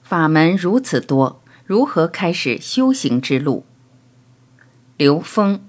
法门如此多，如何开始修行之路？刘峰。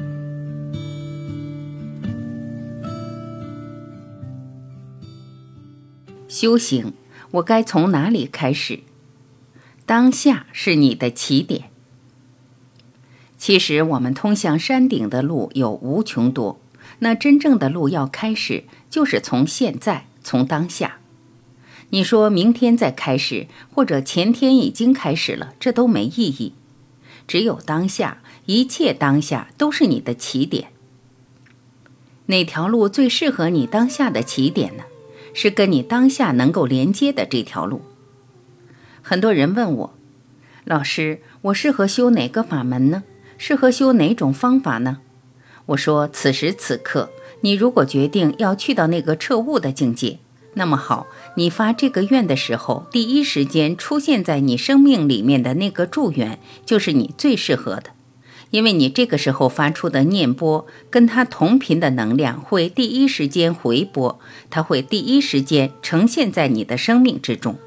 修行，我该从哪里开始？当下是你的起点。其实我们通向山顶的路有无穷多，那真正的路要开始，就是从现在，从当下。你说明天再开始，或者前天已经开始了，这都没意义。只有当下，一切当下都是你的起点。哪条路最适合你当下的起点呢？是跟你当下能够连接的这条路。很多人问我，老师，我适合修哪个法门呢？适合修哪种方法呢？我说，此时此刻，你如果决定要去到那个彻悟的境界，那么好，你发这个愿的时候，第一时间出现在你生命里面的那个祝愿，就是你最适合的。因为你这个时候发出的念波，跟它同频的能量会第一时间回波，它会第一时间呈现在你的生命之中。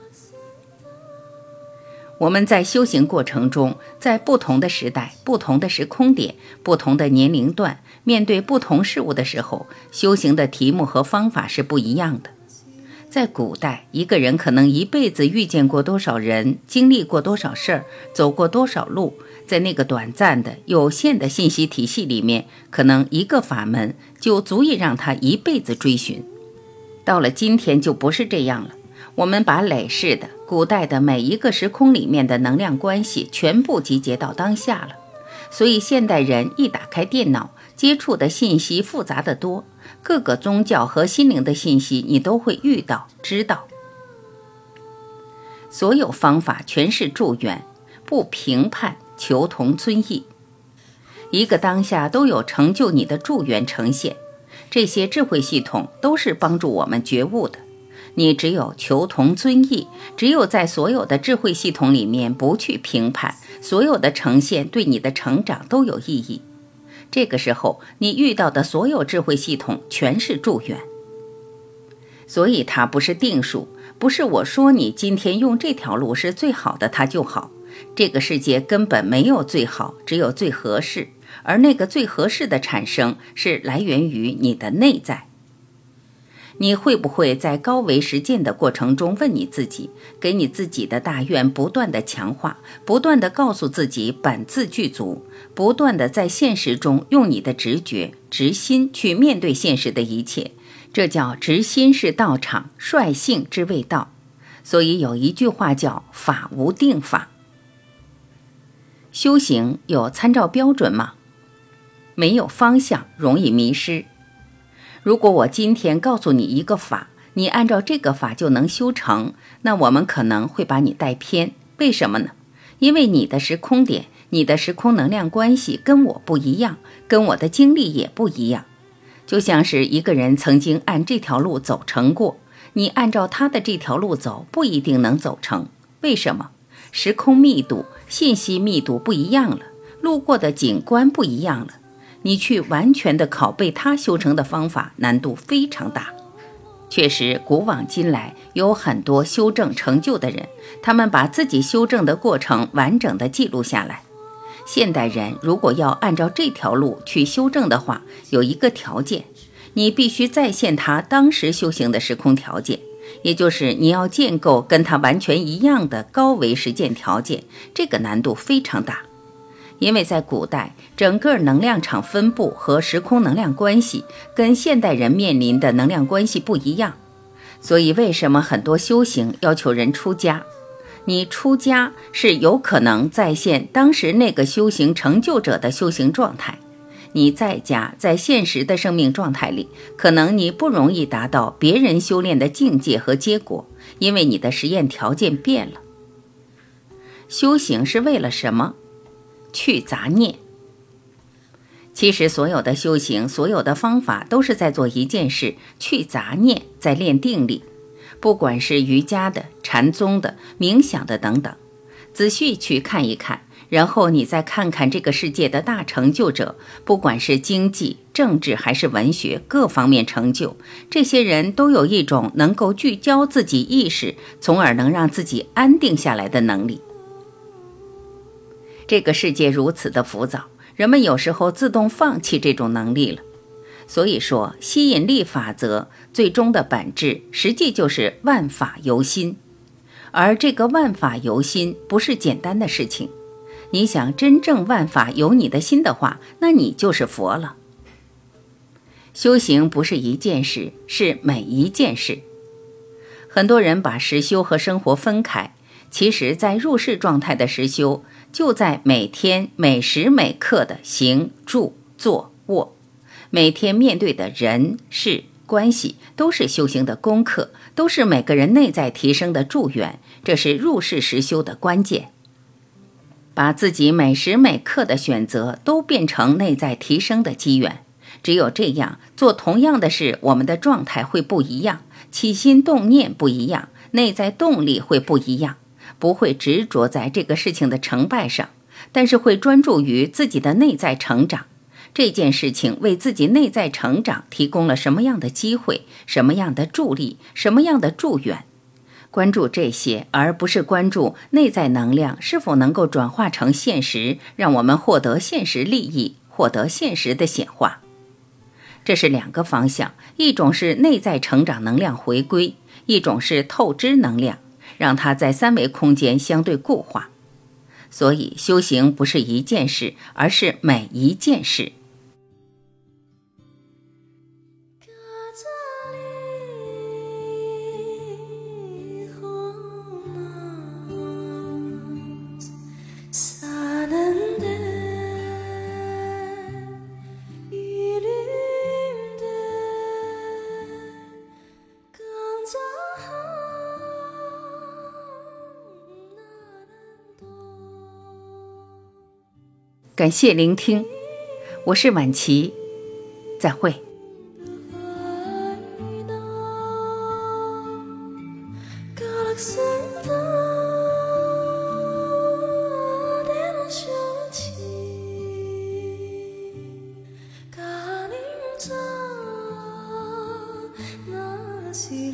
我们在修行过程中，在不同的时代、不同的时空点、不同的年龄段，面对不同事物的时候，修行的题目和方法是不一样的。在古代，一个人可能一辈子遇见过多少人，经历过多少事儿，走过多少路，在那个短暂的有限的信息体系里面，可能一个法门就足以让他一辈子追寻。到了今天就不是这样了，我们把累世的古代的每一个时空里面的能量关系全部集结到当下了。所以现代人一打开电脑，接触的信息复杂得多，各个宗教和心灵的信息你都会遇到知道。所有方法全是助缘，不评判，求同尊异。一个当下都有成就你的助缘呈现，这些智慧系统都是帮助我们觉悟的。你只有求同尊异，只有在所有的智慧系统里面不去评判，所有的呈现对你的成长都有意义。这个时候你遇到的所有智慧系统全是助缘。所以它不是定数，不是我说你今天用这条路是最好的它就好。这个世界根本没有最好，只有最合适，而那个最合适的产生是来源于你的内在。你会不会在高维实践的过程中问你自己，给你自己的大愿不断的强化，不断的告诉自己本自具足，不断的在现实中用你的直觉、直心去面对现实的一切，这叫直心是道场，率性之谓道。所以有一句话叫法无定法。修行有参照标准吗？没有方向，容易迷失。如果我今天告诉你一个法，你按照这个法就能修成，那我们可能会把你带偏。为什么呢？因为你的时空点，你的时空能量关系跟我不一样，跟我的经历也不一样。就像是一个人曾经按这条路走成过，你按照他的这条路走，不一定能走成。为什么？时空密度、信息密度不一样了，路过的景观不一样了。你去完全的拷贝他修成的方法，难度非常大。确实，古往今来有很多修正成就的人，他们把自己修正的过程完整的记录下来。现代人如果要按照这条路去修正的话，有一个条件，你必须再现他当时修行的时空条件，也就是你要建构跟他完全一样的高维实践条件，这个难度非常大。因为在古代，整个能量场分布和时空能量关系跟现代人面临的能量关系不一样，所以为什么很多修行要求人出家？你出家是有可能再现当时那个修行成就者的修行状态，你在家在现实的生命状态里，可能你不容易达到别人修炼的境界和结果，因为你的实验条件变了。修行是为了什么？去杂念。其实所有的修行，所有的方法都是在做一件事，去杂念，在练定力。不管是瑜伽的、禅宗的、冥想的等等，仔细去看一看，然后你再看看这个世界的大成就者，不管是经济、 政治还是文学各方面成就，这些人都有一种能够聚焦自己意识，从而能让自己安定下来的能力。这个世界如此的浮躁，人们有时候自动放弃这种能力了。所以说，吸引力法则最终的本质实际就是万法由心，而这个万法由心不是简单的事情。你想真正万法由你的心的话，那你就是佛了。修行不是一件事，是每一件事。很多人把实修和生活分开，其实在入世状态的实修，就在每天每时每刻的行住坐卧，每天面对的人事关系都是修行的功课，都是每个人内在提升的助缘，这是入世实修的关键。把自己每时每刻的选择都变成内在提升的机缘，只有这样，做同样的事，我们的状态会不一样，起心动念不一样，内在动力会不一样，不会执着在这个事情的成败上，但是会专注于自己的内在成长。这件事情为自己内在成长提供了什么样的机会，什么样的助力，什么样的助缘。关注这些，而不是关注内在能量是否能够转化成现实，让我们获得现实利益，获得现实的显化。这是两个方向，一种是内在成长能量回归，一种是透支能量，让它在三维空间相对固化。所以修行不是一件事，而是每一件事。感谢聆听，我是婉琪，再会。 Si